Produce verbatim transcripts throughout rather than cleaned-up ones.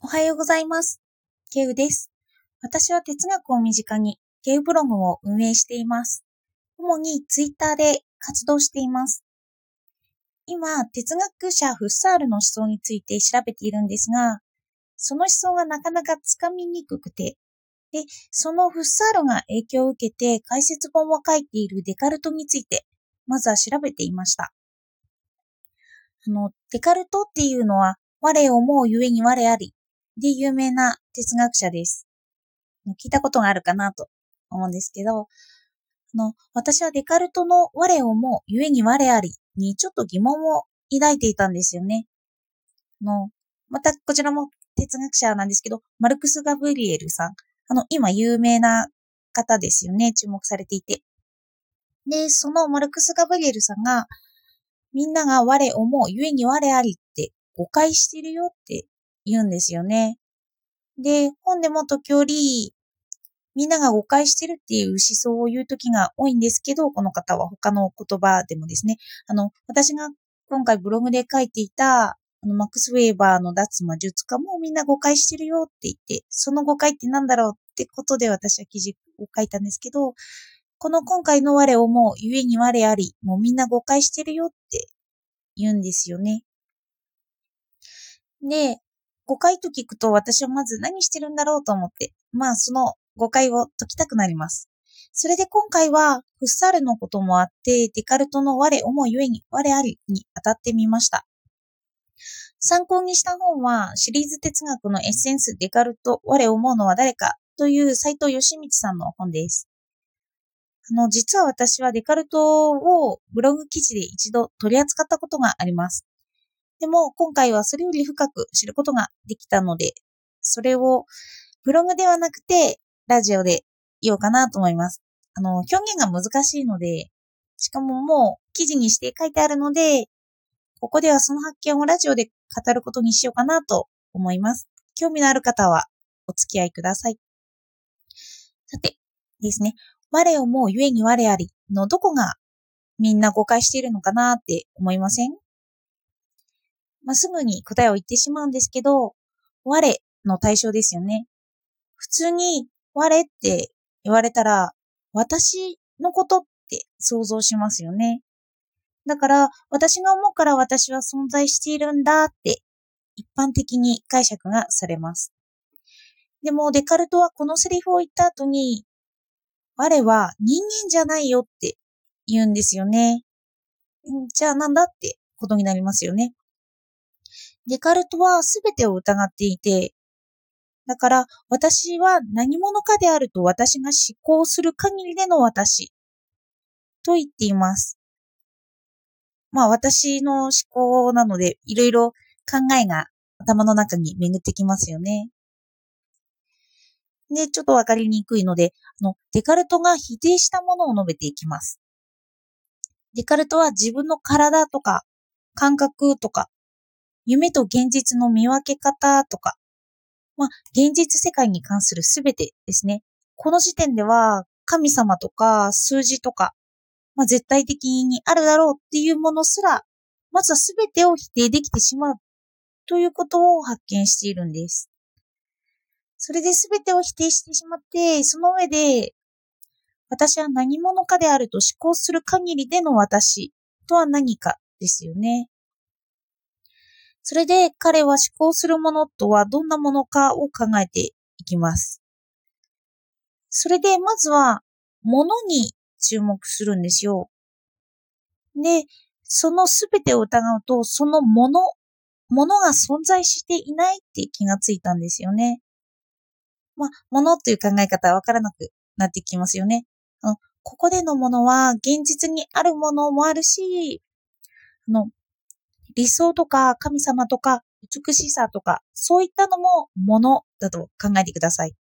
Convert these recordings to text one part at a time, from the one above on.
おはようございます。ケウです。私は哲学を身近にケウブログを運営しています。主にツイッターで活動しています。今、哲学者フッサールの思想について調べているんですが、その思想がなかなかつかみにくくて、で、そのフッサールが影響を受けて解説本を書いているデカルトについて、まずは調べていました。あの、デカルトっていうのは、我を思うゆえに我ありで有名な哲学者です。聞いたことがあるかなと思うんですけど、あの私はデカルトの我を思うゆえに我ありにちょっと疑問を抱いていたんですよね。あのまたこちらも哲学者なんですけど、マルクス・ガブリエルさん。あの、今有名な方ですよね。注目されていて。で、そのマルクス・ガブリエルさんが、みんなが我思うゆえに我ありって誤解してるよって言うんですよね。で、本でも時折、みんなが誤解してるっていう思想を言うときが多いんですけど、この方は他の言葉でもですね、あの、私が今回ブログで書いていた、あの、マックス・ウェーバーの脱魔術家もみんな誤解してるよって言って、その誤解って何だろうってことで私は記事を書いたんですけど、この今回の我をもゆえに我あり、もうみんな誤解してるよって言うんですよね。で、誤解と聞くと私はまず何してるんだろうと思って、まあその誤解を解きたくなります。それで今回はフッサールのこともあって、デカルトの我思うゆえに我ありに当たってみました。参考にした本はシリーズ哲学のエッセンスデカルト我思うのは誰かという斉藤義道さんの本です。あの、実は私はデカルトをブログ記事で一度取り扱ったことがあります。でも今回はそれより深く知ることができたので、それをブログではなくてラジオで言おうかなと思います。あの、表現が難しいので、しかももう記事にして書いてあるので、ここではその発見をラジオで語ることにしようかなと思います。興味のある方はお付き合いください。さてですね、我をもうゆえに我ありのどこがみんな誤解しているのかなって思いません？まあ、すぐに答えを言ってしまうんですけど、我の対象ですよね。普通に我って言われたら、私のことって想像しますよね。だから、私が思うから私は存在しているんだって一般的に解釈がされます。でも、デカルトはこのセリフを言った後に、我は人間じゃないよって言うんですよね。じゃあなんだってことになりますよね。デカルトは全てを疑っていて、だから私は何者かであると私が思考する限りでの私と言っています。まあ私の思考なのでいろいろ考えが頭の中に巡ってきますよね。で、ちょっとわかりにくいので、あのデカルトが否定したものを述べていきます。デカルトは自分の体とか感覚とか夢と現実の見分け方とか、まあ、現実世界に関するすべてですね。この時点では神様とか数字とか、まあ、絶対的にあるだろうっていうものすら、まずはすべてを否定できてしまうということを発見しているんです。それで全てを否定してしまって、その上で、私は何者かであると思考する限りでの私とは何かですよね。それで彼は思考するものとはどんなものかを考えていきます。それでまずは物に注目するんですよ。で、そのすべてを疑うと、その物、物が存在していないって気がついたんですよね。まあ、物という考え方はわからなくなってきますよね。あの、ここでのものは現実にあるものもあるし、あの、理想とか神様とか美しさとか、そういったのも物だと考えてください。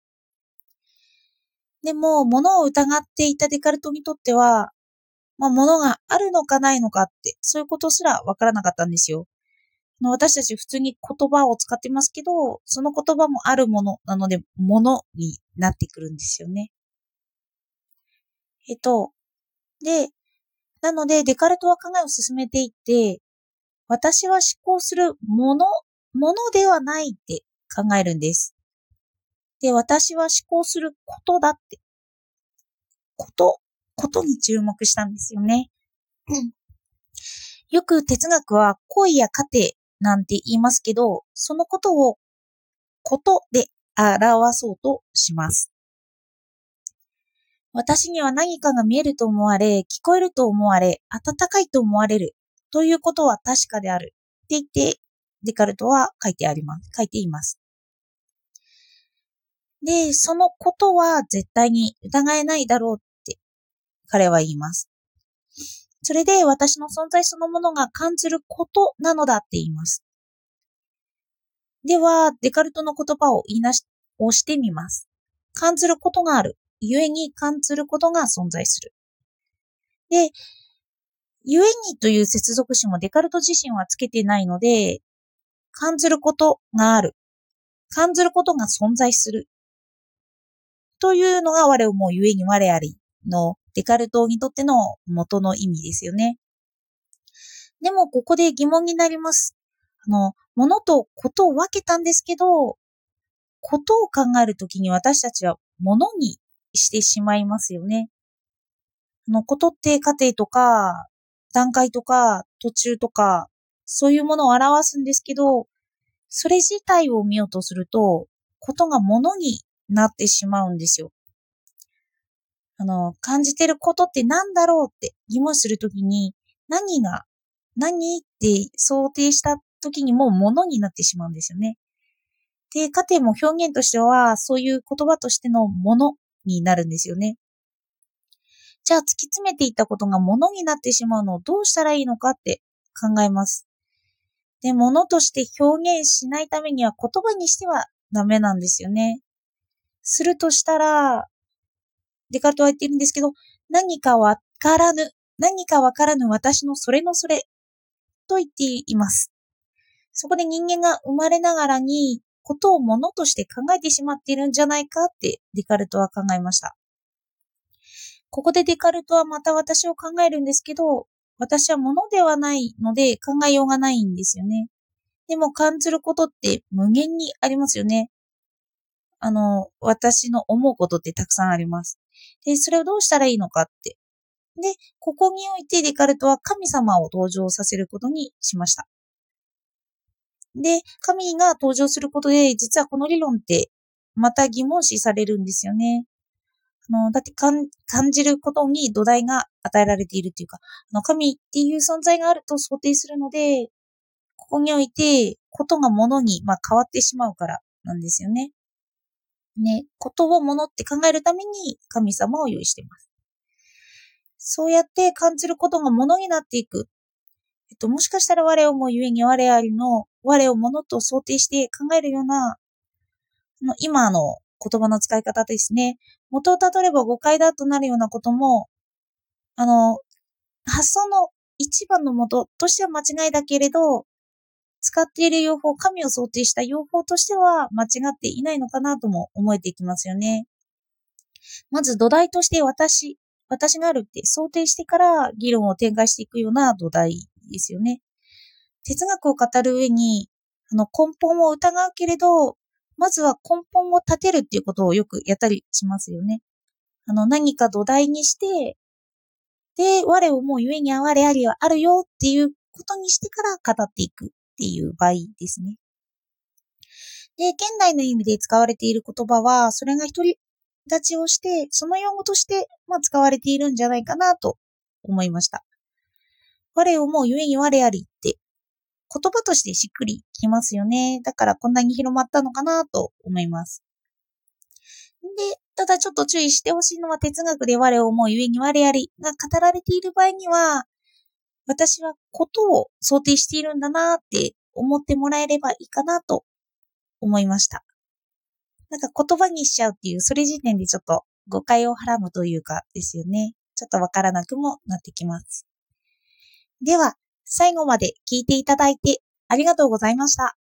でも、物を疑っていたデカルトにとっては、まあ、物があるのかないのかって、そういうことすらわからなかったんですよ。私たち普通に言葉を使ってますけど、その言葉もあるものなので、物になってくるんですよね。えっと、で、なので、デカルトは考えを進めていって、私は思考するもの、ものではないって考えるんです。で、私は思考することだって、こと、ことに注目したんですよね。よく哲学は恋や家庭なんて言いますけど、そのことをことで表そうとします。私には何かが見えると思われ、聞こえると思われ、温かいと思われるということは確かであるって言って、デカルトは書いてあります。書いています。で、そのことは絶対に疑えないだろうって彼は言います。それで私の存在そのものが感じることなのだって言います。では、デカルトの言葉を言いなし、をしてみます。感じることがある。故に感じることが存在する。で、故にという接続詞もデカルト自身はつけてないので、感じることがある。感じることが存在する。というのが我思う故に我ありのデカルトにとっての元の意味ですよね。でもここで疑問になります。あの、物とことを分けたんですけど、ことを考えるときに私たちは物にしてしまいますよね。あの、ことって過程とか、段階とか、途中とか、そういうものを表すんですけど、それ自体を見ようとすると、ことが物になってしまうんですよ。あの、感じてることって何だろうって疑問するときに、何が、何って想定したときにもう物になってしまうんですよね。で、過程も表現としては、そういう言葉としてのものになるんですよね。じゃあ突き詰めていったことがものになってしまうのをどうしたらいいのかって考えます。で、ものとして表現しないためには言葉にしてはダメなんですよね。するとしたら、デカルトは言ってるんですけど、何かわからぬ、何かわからぬ私のそれのそれと言っています。そこで人間が生まれながらにことをものとして考えてしまっているんじゃないかってデカルトは考えました。ここでデカルトはまた私を考えるんですけど、私はものではないので考えようがないんですよね。でも感じることって無限にありますよね。あの、私の思うことってたくさんあります。で、それをどうしたらいいのかって。で、ここにおいてデカルトは神様を登場させることにしました。で、神が登場することで、実はこの理論ってまた疑問視されるんですよね。あの、だって感じることに土台が与えられているというか、あの神っていう存在があると想定するので、ここにおいて、ことがものに、まあ、変わってしまうからなんですよね。ね、ことをものって考えるために神様を用意しています。そうやって感じることがものになっていく。えっと、もしかしたら我をもゆえに我ありの我をものと想定して考えるような、の今の言葉の使い方ですね。元をたどれば誤解だとなるようなことも、あの、発想の一番の元としては間違いだけれど、使っている用法、神を想定した用法としては間違っていないのかなとも思えてきますよね。まず土台として私、私があるって想定してから議論を展開していくような土台ですよね。哲学を語る上に、あの根本を疑うけれど、まずは根本を立てるっていうことをよくやったりしますよね。あの何か土台にして、で、我をもう故にあ我ありはあるよっていうことにしてから語っていくっていう場合ですね。で、現代の意味で使われている言葉は、それが独り立ちをして、その用語として、まあ、使われているんじゃないかなと思いました。我をもう故に我ありって言葉としてしっくりきますよね。だからこんなに広まったのかなと思います。で、ただちょっと注意してほしいのは哲学で我を思う故に我ありが語られている場合には、私はことを想定しているんだなって思ってもらえればいいかなと思いました。なんか言葉にしちゃうっていう、それ時点でちょっと誤解をはらむというかですよね。ちょっとわからなくもなってきます。では、最後まで聞いていただいてありがとうございました。